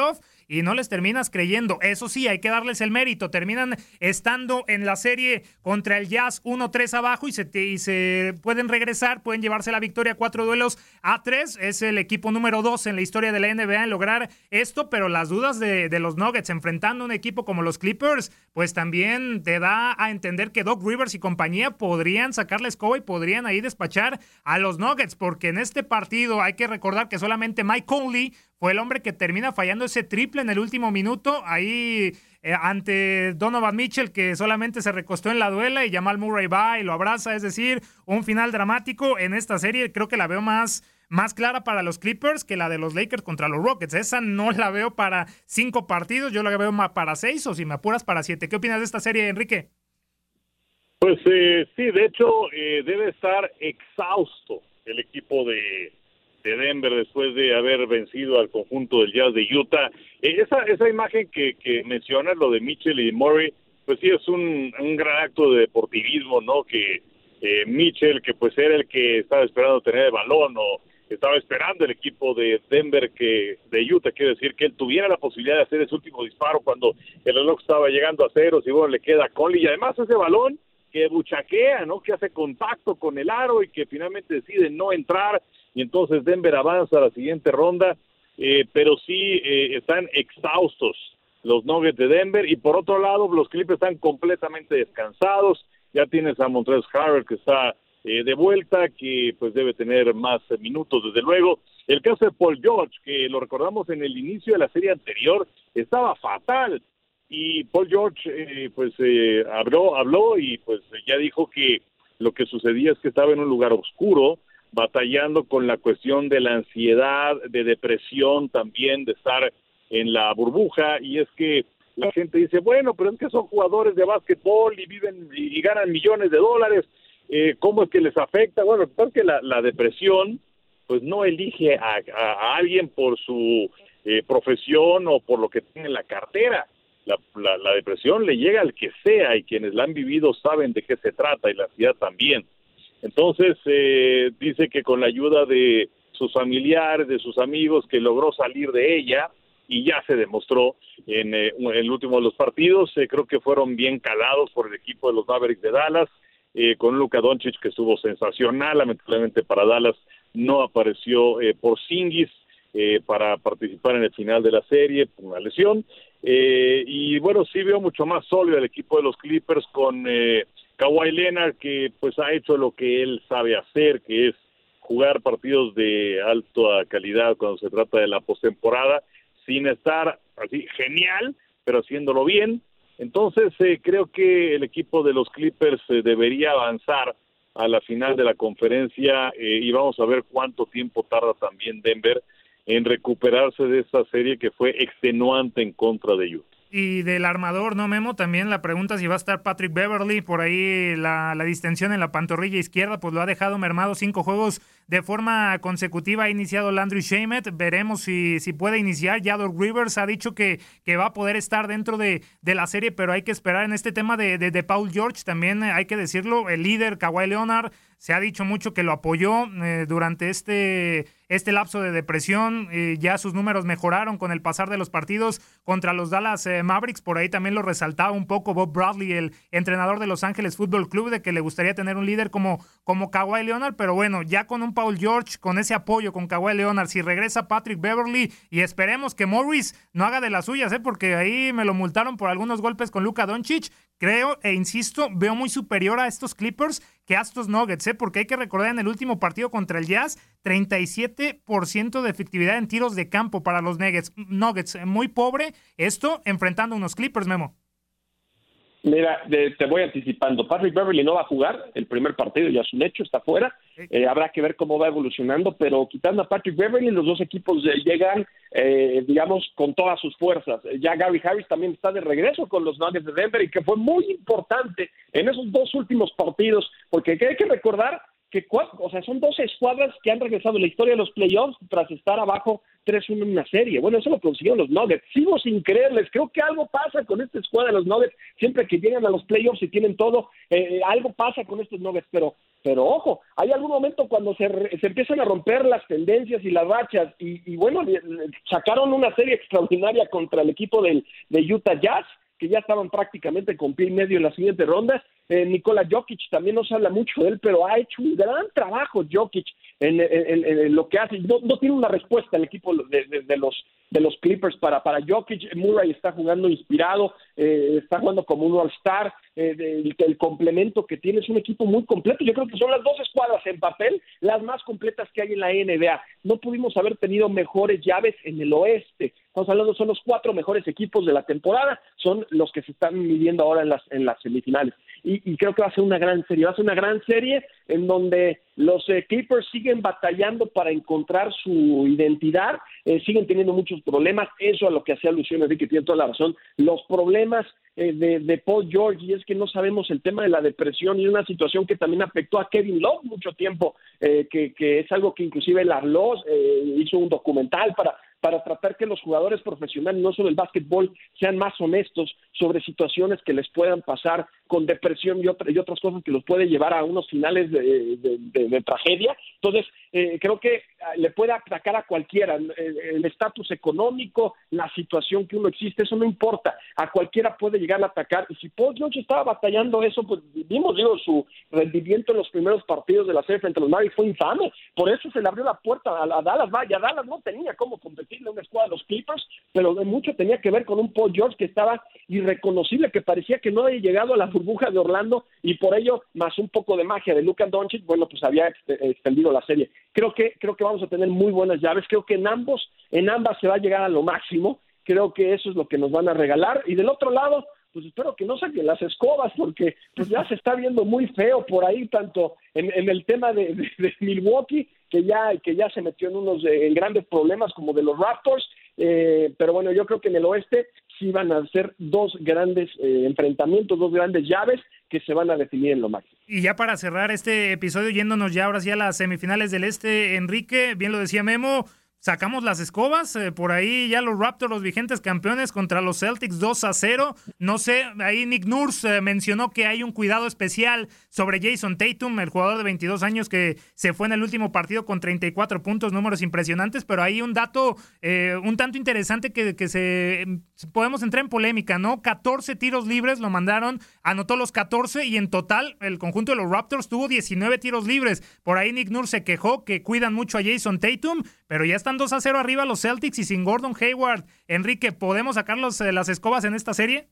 y no les terminas creyendo. Eso sí, hay que darles el mérito. Terminan estando en la serie contra el Jazz uno tres abajo y se, y se pueden regresar, pueden llevarse la victoria cuatro duelos a tres. Es el equipo número dos en la historia de la N B A en lograr esto, pero las dudas de, de los Nuggets enfrentando a un equipo como los Clippers, pues también te da a entender que Doc Rivers y compañía podrían sacar la escoba y podrían ahí despachar a los Nuggets, porque en este partido hay que recordar que solamente Mike Conley fue el hombre que termina fallando ese triple en el último minuto, ahí eh, ante Donovan Mitchell, que solamente se recostó en la duela y Jamal Murray va y lo abraza. Es decir, un final dramático en esta serie. Creo que la veo más, más clara para los Clippers que la de los Lakers contra los Rockets. Esa no la veo para cinco partidos, yo la veo más para seis o si me apuras para siete. ¿Qué opinas de esta serie, Enrique? Pues eh, sí, de hecho eh, debe estar exhausto el equipo de, de Denver después de haber vencido al conjunto del Jazz de Utah. Eh, esa esa imagen que, que mencionas, lo de Mitchell y Murray, pues sí es un, un gran acto de deportivismo, ¿no? Que eh, Mitchell, que pues era el que estaba esperando tener el balón, o estaba esperando el equipo de Denver, que de Utah, quiere decir que él tuviera la posibilidad de hacer ese último disparo cuando el reloj estaba llegando a ceros y bueno, le queda a Conley, y además ese balón que buchaquea, ¿no? Que hace contacto con el aro y que finalmente decide no entrar, y entonces Denver avanza a la siguiente ronda, eh, pero sí eh, están exhaustos los Nuggets de Denver, y por otro lado los Clippers están completamente descansados. Ya tienes a Montrezl Harrell que está eh, de vuelta, que pues debe tener más minutos desde luego. El caso de Paul George, que lo recordamos en el inicio de la serie anterior, estaba fatal, y Paul George eh, pues eh, habló, habló y pues ya dijo que lo que sucedía es que estaba en un lugar oscuro, batallando con la cuestión de la ansiedad, de depresión también, de estar en la burbuja, y es que la gente dice, bueno, pero es que son jugadores de básquetbol y viven y, y ganan millones de dólares, eh, ¿cómo es que les afecta? Bueno, es que la, la depresión pues no elige a, a, a alguien por su eh, profesión o por lo que tiene en la cartera. La, la, la depresión le llega al que sea, y quienes la han vivido saben de qué se trata, y la ansiedad también. Entonces eh, dice que con la ayuda de sus familiares, de sus amigos, que logró salir de ella, y ya se demostró en, eh, en el último de los partidos. Eh, creo que fueron bien calados por el equipo de los Mavericks de Dallas, eh, con Luka Doncic, que estuvo sensacional. Lamentablemente para Dallas no apareció eh, Porzingis eh, para participar en el final de la serie por una lesión. Eh, y bueno, sí veo mucho más sólido el equipo de los Clippers con eh, Kawhi Leonard, que pues ha hecho lo que él sabe hacer, que es jugar partidos de alta calidad cuando se trata de la postemporada, sin estar así genial, pero haciéndolo bien. Entonces eh, creo que el equipo de los Clippers eh, debería avanzar a la final de la conferencia, eh, y vamos a ver cuánto tiempo tarda también Denver en recuperarse de esa serie que fue extenuante en contra de Utah. Y del armador, ¿no, Memo? También la pregunta si va a estar Patrick Beverley, por ahí la, la distensión en la pantorrilla izquierda, pues lo ha dejado mermado cinco juegos de forma consecutiva. Ha iniciado Landry Shamet, veremos si, si puede iniciar. Ya Doc Rivers ha dicho que, que va a poder estar dentro de, de la serie, pero hay que esperar en este tema de, de, de Paul George. También hay que decirlo, el líder Kawhi Leonard, se ha dicho mucho que lo apoyó eh, durante este, este lapso de depresión. Eh, ya sus números mejoraron con el pasar de los partidos contra los Dallas eh, Mavericks. Por ahí también lo resaltaba un poco Bob Bradley, el entrenador de Los Ángeles Fútbol Club, de que le gustaría tener un líder como, como Kawhi Leonard. Pero bueno, ya con un Paul George, con ese apoyo con Kawhi Leonard, si regresa Patrick Beverley, y esperemos que Morris no haga de las suyas, ¿eh? porque ahí me lo multaron por algunos golpes con Luka Doncic. Creo, e insisto, veo muy superior a estos Clippers que a estos Nuggets, ¿eh? porque hay que recordar en el último partido contra el Jazz, treinta y siete por ciento de efectividad en tiros de campo para los Nuggets. Nuggets, muy pobre esto enfrentando a unos Clippers, Memo. Mira, de, te voy anticipando. Patrick Beverley no va a jugar el primer partido, ya es un hecho, está fuera. Eh, habrá que ver cómo va evolucionando, pero quitando a Patrick Beverley, los dos equipos eh, llegan, eh, digamos, con todas sus fuerzas. Ya Gary Harris también está de regreso con los Nuggets de Denver, y que fue muy importante en esos dos últimos partidos, porque hay que recordar que o sea, son dos escuadras que han regresado en la historia de los playoffs tras estar abajo tres uno en una serie. Bueno, eso lo consiguieron los Nuggets. Sigo sin creerles. Creo que algo pasa con esta escuadra de los Nuggets. Siempre que llegan a los playoffs y tienen todo, eh, algo pasa con estos Nuggets. Pero pero ojo, hay algún momento cuando se, re, se empiezan a romper las tendencias y las rachas, y, y bueno, sacaron una serie extraordinaria contra el equipo del, de Utah Jazz, que ya estaban prácticamente con pie y medio en las siguientes rondas. Eh, Nikola Jokic, también no se habla mucho de él, pero ha hecho un gran trabajo Jokic en, en, en, en lo que hace. No, no tiene una respuesta el equipo de, de, de los de los Clippers para, para Jokic. Murray está jugando inspirado, eh, está jugando como un All-Star. Eh, el, el complemento que tiene es un equipo muy completo. Yo creo que son las dos escuadras en papel las más completas que hay en la N B A. No pudimos haber tenido mejores llaves en el oeste. Estamos hablando, son los cuatro mejores equipos de la temporada, son los que se están midiendo ahora en las, en las semifinales. Y, y creo que va a ser una gran serie, va a ser una gran serie en donde los eh, Clippers siguen batallando para encontrar su identidad, eh, siguen teniendo muchos problemas, eso a lo que hacía alusión Enrique, tiene toda la razón, los problemas eh, de, de Paul George, y es que no sabemos el tema de la depresión, y una situación que también afectó a Kevin Love mucho tiempo, eh, que, que es algo que inclusive él habló, eh, hizo un documental para para tratar que los jugadores profesionales, no solo el básquetbol, sean más honestos sobre situaciones que les puedan pasar con depresión y, otra, y otras cosas que los puede llevar a unos finales de, de, de, de tragedia. Entonces, eh, creo que le puede atacar a cualquiera, el estatus económico, la situación que uno existe, eso no importa, a cualquiera puede llegar a atacar, y si Paul George estaba batallando eso, pues vimos, digo, su rendimiento en los primeros partidos de la serie frente a los Mavericks fue infame, por eso se le abrió la puerta a, a Dallas, vaya, Dallas no tenía cómo competirle a una escuadra de los Clippers, pero de mucho tenía que ver con un Paul George que estaba irreconocible, que parecía que no había llegado a la burbuja de Orlando, y por ello, más un poco de magia de Luka Doncic, bueno, pues había extendido la serie. Creo que, creo que vamos a tener muy buenas llaves, creo que en ambos, en ambas se va a llegar a lo máximo, creo que eso es lo que nos van a regalar, y del otro lado, pues espero que no saquen las escobas, porque pues ya se está viendo muy feo por ahí, tanto en, en el tema de, de, de Milwaukee, que ya, que ya se metió en unos eh, en grandes problemas como de los Raptors, eh, pero bueno, yo creo que en el oeste sí van a ser dos grandes eh, enfrentamientos, dos grandes llaves que se van a definir en lo máximo. Y ya para cerrar este episodio, yéndonos ya ahora sí a las semifinales del este, Enrique, bien lo decía Memo, sacamos las escobas, eh, por ahí ya los Raptors, los vigentes campeones contra los Celtics dos a cero, no sé, ahí Nick Nurse eh, mencionó que hay un cuidado especial sobre Jason Tatum, el jugador de veintidós años que se fue en el último partido con treinta y cuatro puntos, números impresionantes, pero hay un dato eh, un tanto interesante que, que se podemos entrar en polémica, ¿no? catorce tiros libres lo mandaron, anotó los catorce y en total el conjunto de los Raptors tuvo diecinueve tiros libres, por ahí Nick Nurse se quejó que cuidan mucho a Jason Tatum, pero ya están dos a cero arriba los Celtics y sin Gordon Hayward. Enrique, ¿podemos sacar los, eh, las escobas en esta serie?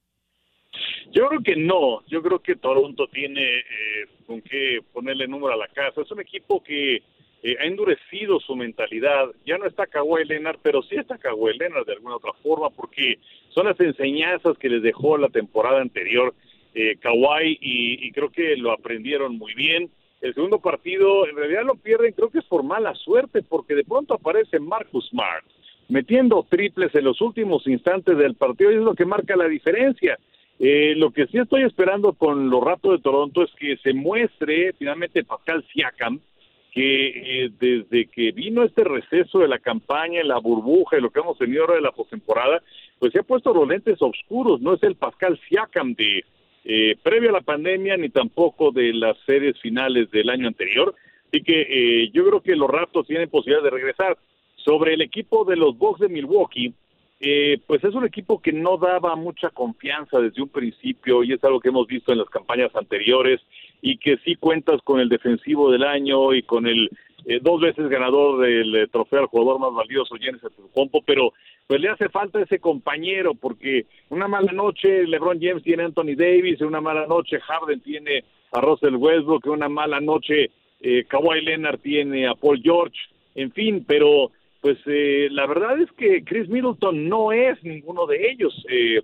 Yo creo que no. Yo creo que Toronto tiene eh, con qué ponerle número a la casa. Es un equipo que eh, ha endurecido su mentalidad. Ya no está Kawhi Leonard, pero sí está Kawhi Leonard de alguna otra forma, porque son las enseñanzas que les dejó la temporada anterior eh, Kawhi, y, y creo que lo aprendieron muy bien. El segundo partido, en realidad lo pierden, creo que es por mala suerte, porque de pronto aparece Marcus Smart, metiendo triples en los últimos instantes del partido, y es lo que marca la diferencia. Eh, lo que sí estoy esperando con los Raptors de Toronto es que se muestre finalmente Pascal Siakam, que eh, desde que vino este receso de la campaña, la burbuja y lo que hemos tenido ahora de la postemporada, pues se ha puesto los lentes oscuros, no es el Pascal Siakam de Eh, previo a la pandemia, ni tampoco de las series finales del año anterior, así que eh, yo creo que los Raptors tienen posibilidad de regresar. Sobre el equipo de los Bucks de Milwaukee, eh, pues es un equipo que no daba mucha confianza desde un principio, y es algo que hemos visto en las campañas anteriores, y que sí cuentas con el defensivo del año y con el eh, dos veces ganador del eh, trofeo al jugador más valioso, Giannis Antetokounmpo, pero pues le hace falta ese compañero, porque una mala noche LeBron James tiene a Anthony Davis, una mala noche Harden tiene a Russell Westbrook, una mala noche eh, Kawhi Leonard tiene a Paul George, en fin, pero pues eh, la verdad es que Chris Middleton no es ninguno de ellos. Eh,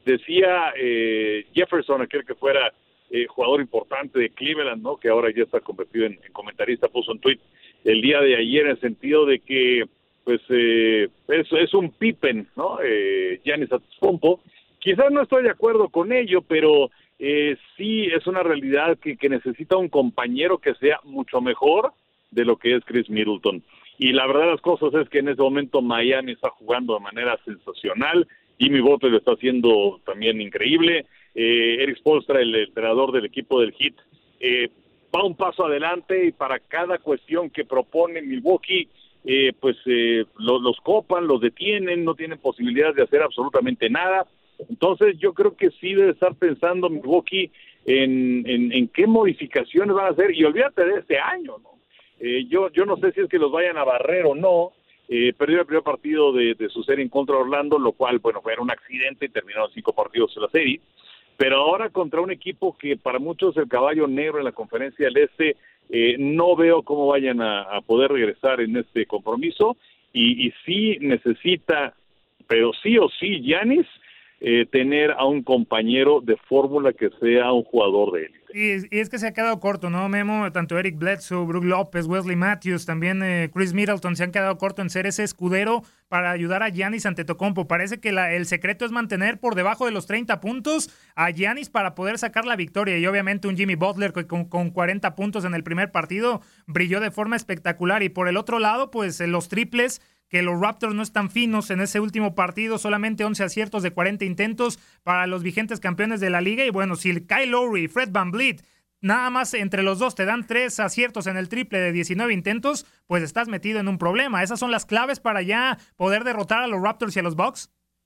decía eh, Jefferson, aquel que fuera eh, jugador importante de Cleveland, ¿no?, que ahora ya está convertido en, en comentarista, puso un tweet el día de ayer en el sentido de que pues eh, es, es un Pippen, ¿no? Eh, Giannis Antetokounmpo. Quizás no estoy de acuerdo con ello, pero eh, sí es una realidad que, que necesita un compañero que sea mucho mejor de lo que es Chris Middleton. Y la verdad de las cosas es que en este momento Miami está jugando de manera sensacional, Jimmy Butler lo está haciendo también increíble, eh, Eric Spoelstra, el entrenador del equipo del Heat, eh, va un paso adelante y para cada cuestión que propone Milwaukee, eh, pues eh, lo, los copan, los detienen, no tienen posibilidad de hacer absolutamente nada. Entonces yo creo que sí debe estar pensando Milwaukee en, en, en qué modificaciones van a hacer, y olvídate de este año, ¿no? Eh, yo, yo no sé si es que los vayan a barrer o no. Eh, perdió el primer partido de, de su serie en contra de Orlando, lo cual, bueno, fue un accidente y terminaron cinco partidos en la serie. Pero ahora contra un equipo que para muchos es el caballo negro en la Conferencia del Este, eh, no veo cómo vayan a, a poder regresar en este compromiso. Y, y sí necesita, pero sí o sí, Giannis, eh, tener a un compañero de fórmula que sea un jugador de él. Y, y es que se ha quedado corto, ¿no, Memo? Tanto Eric Bledsoe, Brook López, Wesley Matthews, también eh, Chris Middleton se han quedado corto en ser ese escudero para ayudar a Giannis Antetokounmpo. Parece que la, el secreto es mantener por debajo de los treinta puntos a Giannis para poder sacar la victoria. Y obviamente un Jimmy Butler que con, con cuarenta puntos en el primer partido brilló de forma espectacular. Y por el otro lado, pues los triples, que los Raptors no están finos en ese último partido, solamente once aciertos de cuarenta intentos para los vigentes campeones de la liga. Y bueno, si Kyle Lowry y Fred VanVleet nada más entre los dos te dan tres aciertos en el triple de diecinueve intentos, pues estás metido en un problema. ¿Esas son las claves para ya poder derrotar a los Raptors y a los Bucks?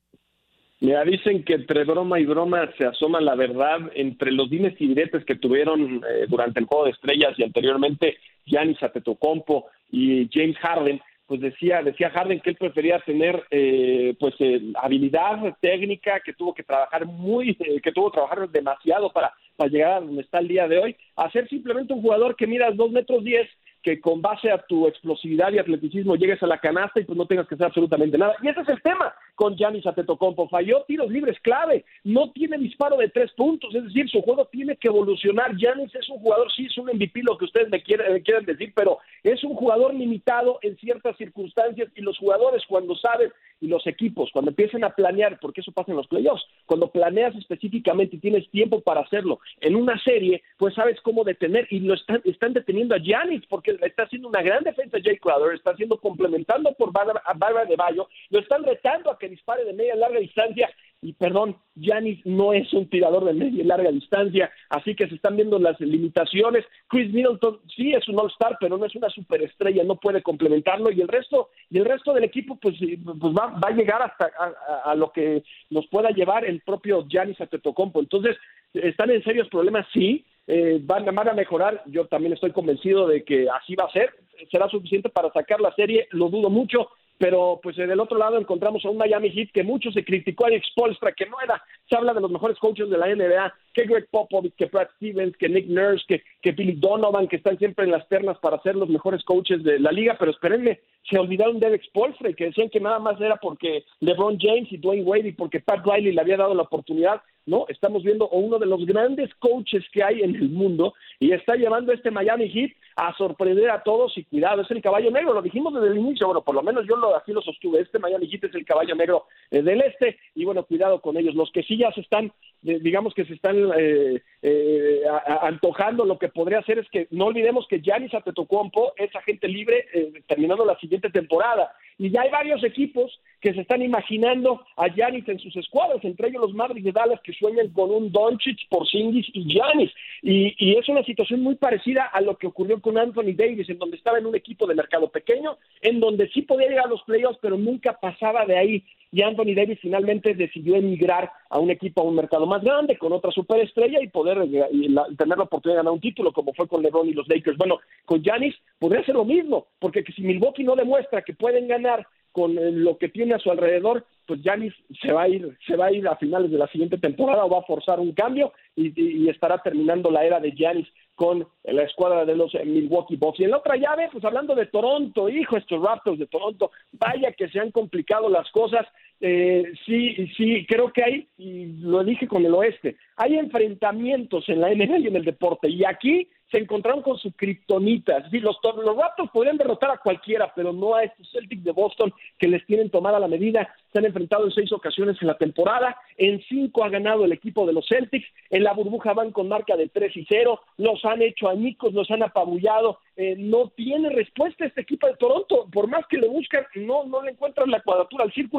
Mira, dicen que entre broma y broma se asoma la verdad. Entre los dimes y diretes que tuvieron eh, durante el Juego de Estrellas y anteriormente Giannis Antetokounmpo y James Harden, pues decía decía Harden que él prefería tener eh, pues eh, habilidad técnica, que tuvo que trabajar muy, eh, que tuvo que trabajar demasiado para, para llegar a donde está el día de hoy, a ser simplemente un jugador que midas dos metros diez, que con base a tu explosividad y atleticismo llegues a la canasta y pues no tengas que hacer absolutamente nada. Y ese es el tema con Giannis Antetokounmpo. Falló tiros libres clave, no tiene disparo de tres puntos, es decir, su juego tiene que evolucionar. Giannis es un jugador, sí es un M V P, lo que ustedes me quieren, me quieren decir, pero es un jugador limitado en ciertas circunstancias, y los jugadores cuando saben, y los equipos cuando empiecen a planear, porque eso pasa en los playoffs, cuando planeas específicamente y tienes tiempo para hacerlo en una serie, pues sabes cómo detener, y lo están, están deteniendo a Giannis, porque está haciendo una gran defensa Jay Crowder, está haciendo complementando por Bárbara de Bayo, lo están retando a que dispare de media y larga distancia, y perdón, Giannis no es un tirador de media y larga distancia, así que se están viendo las limitaciones. Chris Middleton sí es un All-Star, pero no es una superestrella, no puede complementarlo, y el resto y el resto del equipo pues, pues va, va a llegar hasta a, a, a lo que nos pueda llevar el propio Giannis Antetokounmpo. Entonces, ¿están en serios problemas? Sí. Eh, van, van a mejorar, yo también estoy convencido de que así va a ser, será suficiente para sacar la serie, lo dudo mucho, pero pues del otro lado encontramos a un Miami Heat que mucho se criticó a Eric Spoelstra, que no era, se habla de los mejores coaches de la N B A, que Greg Popovich, que Brad Stevens, que Nick Nurse, que, que Billy Donovan, que están siempre en las ternas para ser los mejores coaches de la liga, pero espérenme, se olvidaron de Eric Spoelstra, que decían que nada más era porque LeBron James y Dwayne Wade y porque Pat Riley le había dado la oportunidad. No, estamos viendo a uno de los grandes coaches que hay en el mundo, y está llevando a este Miami Heat a sorprender a todos, y cuidado, es el caballo negro, lo dijimos desde el inicio, bueno, por lo menos yo lo, así lo sostuve, este Miami Heat es el caballo negro eh, del este, y bueno, cuidado con ellos. Los que sí ya se están, eh, digamos que se están eh, eh, a, a, antojando, lo que podría hacer es que no olvidemos que Giannis Antetokounmpo es agente libre eh, terminando la siguiente temporada, y ya hay varios equipos que se están imaginando a Giannis en sus escuadras, entre ellos los Mavericks de Dallas, que sueñan con un Doncic, Porzingis y Giannis, y, y es una situación muy parecida a lo que ocurrió con Anthony Davis, en donde estaba en un equipo de mercado pequeño, en donde sí podía llegar a los playoffs, pero nunca pasaba de ahí, y Anthony Davis finalmente decidió emigrar a un equipo, a un mercado más grande, con otra superestrella, y poder y la, tener la oportunidad de ganar un título, como fue con LeBron y los Lakers. Bueno, con Giannis podría ser lo mismo, porque si Milwaukee no demuestra que pueden ganar con lo que tiene a su alrededor, pues Giannis se va a ir, se va a ir a finales de la siguiente temporada, o va a forzar un cambio, y, y, y estará terminando la era de Giannis con la escuadra de los Milwaukee Bucks. Y en la otra llave, pues hablando de Toronto, hijo, estos Raptors de Toronto, vaya que se han complicado las cosas. Eh, sí, sí, creo que hay, y lo dije con el oeste, hay enfrentamientos en la N B A y en el deporte, y aquí se encontraron con su kriptonita. Es decir, los, los Raptors podrían derrotar a cualquiera, pero no a estos Celtics de Boston, que les tienen tomada la medida. Se han enfrentado en seis ocasiones en la temporada, en cinco ha ganado el equipo de los Celtics, en la burbuja van con marca de tres y cero, los han hecho añicos, los han apabullado, eh, no tiene respuesta este equipo de Toronto, por más que le buscan, no, no le encuentran la cuadratura al círculo.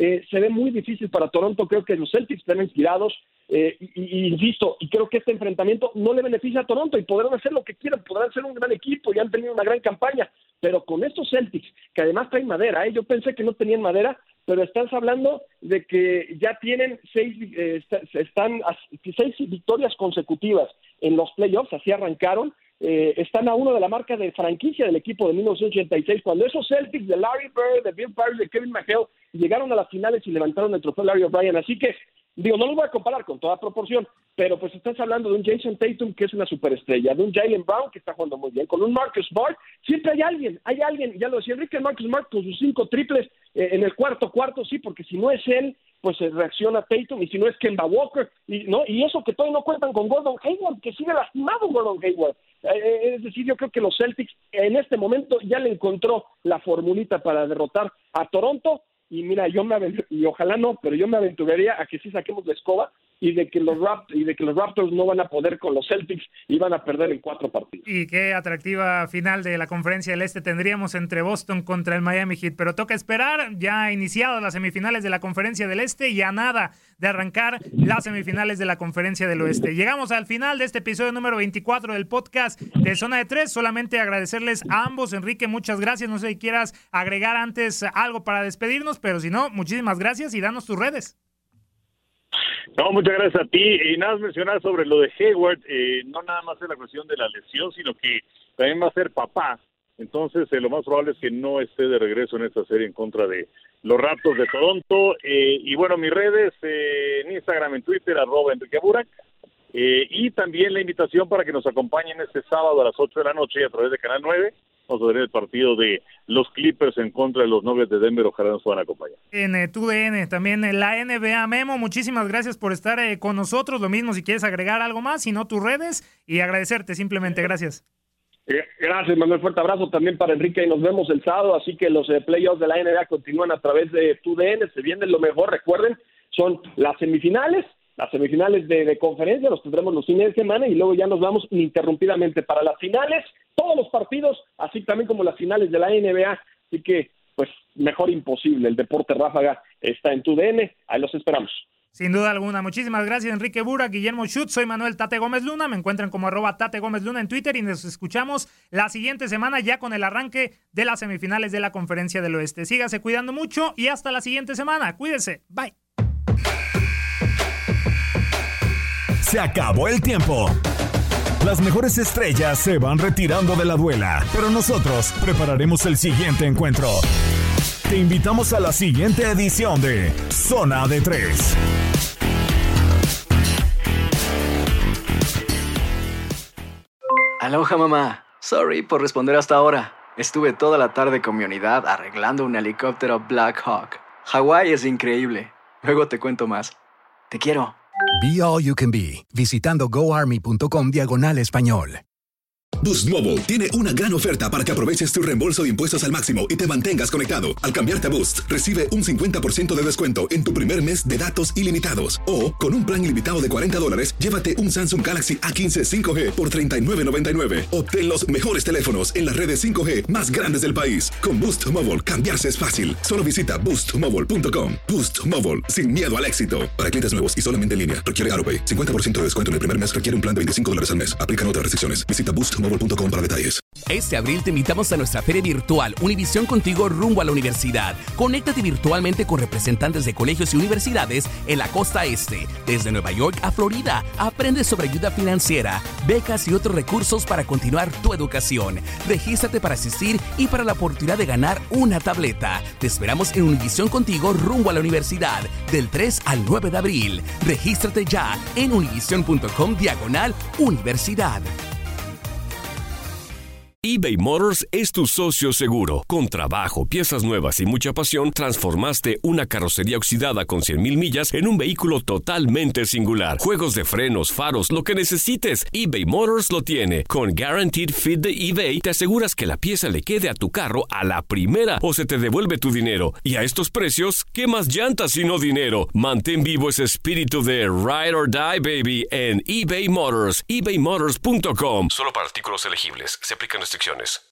eh, se ve muy difícil para Toronto. Creo que los Celtics están inspirados, eh, y, y insisto, y creo que este enfrentamiento no le beneficia a Toronto, y podrán hacer lo que quieran, podrán ser un gran equipo y han tenido una gran campaña, pero con estos Celtics, que además traen madera, ¿eh? Yo pensé que no tenían madera, pero estás hablando de que ya tienen seis, eh, están a seis victorias consecutivas en los playoffs, así arrancaron. Eh, están a uno de la marca de franquicia del equipo de mil novecientos ochenta y seis, cuando esos Celtics de Larry Bird, de Bill Parrish, de Kevin McHale llegaron a las finales y levantaron el trofeo Larry O'Brien. Así que, digo, no los voy a comparar con toda proporción, pero pues estás hablando de un Jason Tatum que es una superestrella, de un Jaylen Brown que está jugando muy bien, con un Marcus Smart. Siempre hay alguien, hay alguien, ya lo decía Enrique, Marcus Smart con sus cinco triples eh, en el cuarto cuarto, sí, porque si no es él, pues se reacciona Tatum, y si no es Kemba Walker, y no y eso que todavía no cuentan con Gordon Hayward, que sigue lastimado Gordon Hayward. Eh, es decir, yo creo que los Celtics en este momento ya le encontró la formulita para derrotar a Toronto, y mira, yo me avent- y ojalá no, pero yo me aventuraría a que sí saquemos la escoba y de que los Rapt- y de que los Raptors no van a poder con los Celtics y van a perder en cuatro partidos. Y qué atractiva final de la Conferencia del Este tendríamos entre Boston contra el Miami Heat, pero toca esperar, ya iniciadas las semifinales de la Conferencia del Este y a nada de arrancar las semifinales de la Conferencia del Oeste. Llegamos al final de este episodio número veinticuatro del podcast de Zona de Tres. Solamente agradecerles a ambos. Enrique, muchas gracias. No sé si quieras agregar antes algo para despedirnos, pero si no, muchísimas gracias y danos tus redes. No, muchas gracias a ti. Y nada más mencionar sobre lo de Hayward, eh, no nada más es la cuestión de la lesión, sino que también va a ser papá. Entonces, eh, lo más probable es que no esté de regreso en esta serie en contra de los Raptors de Toronto. Eh, y bueno, mis redes, eh, en Instagram, en Twitter, arroba Enrique Burak. Eh, y también la invitación para que nos acompañen este sábado a las ocho de la noche a través de Canal nueve. Vamos a tener el partido de los Clippers en contra de los Nuggets de Denver. Ojalá nos puedan acompañar. En eh, tu D N, también en la N B A. Memo, muchísimas gracias por estar eh, con nosotros. Lo mismo si quieres agregar algo más, si no tus redes, y agradecerte simplemente. Gracias. Gracias, Manuel. Fuerte abrazo también para Enrique y nos vemos el sábado. Así que los eh, playoffs de la N B A continúan a través de tu D N. Se viene lo mejor, recuerden, son las semifinales. Las semifinales de, de conferencia los tendremos los fines de semana y luego ya nos vamos ininterrumpidamente para las finales, todos los partidos, así también como las finales de la N B A. Así que, pues, mejor imposible. El deporte ráfaga está en tu D N. Ahí los esperamos. Sin duda alguna. Muchísimas gracias, Enrique Burak, Guillermo Schutz. Soy Manuel Tate Gómez Luna. Me encuentran como arroba Tate Gómez Luna en Twitter y nos escuchamos la siguiente semana ya con el arranque de las semifinales de la Conferencia del Oeste. Sígase cuidando mucho y hasta la siguiente semana. Cuídense. Bye. Se acabó el tiempo. Las mejores estrellas se van retirando de la duela, pero nosotros prepararemos el siguiente encuentro. Te invitamos a la siguiente edición de Zona de Tres. Aloha, mamá. Sorry por responder hasta ahora. Estuve toda la tarde con mi unidad arreglando un helicóptero Black Hawk. Hawái es increíble. Luego te cuento más. Te quiero. Be All You Can Be, visitando goarmy.com diagonal español. Boost Mobile tiene una gran oferta para que aproveches tu reembolso de impuestos al máximo y te mantengas conectado. Al cambiarte a Boost, recibe un cincuenta por ciento de descuento en tu primer mes de datos ilimitados. O, con un plan ilimitado de cuarenta dólares, llévate un Samsung Galaxy A quince cinco G por treinta y nueve noventa y nueve. Obtén los mejores teléfonos en las redes cinco G más grandes del país. Con Boost Mobile, cambiarse es fácil. Solo visita boost mobile punto com. Boost Mobile, sin miedo al éxito. Para clientes nuevos y solamente en línea, requiere AutoPay. cincuenta por ciento de descuento en el primer mes requiere un plan de veinticinco dólares al mes. Aplican otras restricciones. Visita boost mobile punto com para detalles. Este abril te invitamos a nuestra feria virtual Univisión Contigo rumbo a la universidad. Conéctate virtualmente con representantes de colegios y universidades en la costa este, desde Nueva York a Florida. Aprende sobre ayuda financiera, becas y otros recursos para continuar tu educación. Regístrate para asistir y para la oportunidad de ganar una tableta. Te esperamos en Univisión Contigo rumbo a la universidad del tres al nueve de abril. Regístrate ya en univision.com diagonal universidad. eBay Motors es tu socio seguro. Con trabajo, piezas nuevas y mucha pasión, transformaste una carrocería oxidada con cien mil millas en un vehículo totalmente singular. Juegos de frenos, faros, lo que necesites, eBay Motors lo tiene. Con Guaranteed Fit de eBay, te aseguras que la pieza le quede a tu carro a la primera o se te devuelve tu dinero. Y a estos precios, ¿qué más llantas sino dinero? Mantén vivo ese espíritu de Ride or Die, baby, en eBay Motors. eBay motors punto com. Solo para artículos elegibles. Se aplican restricciones.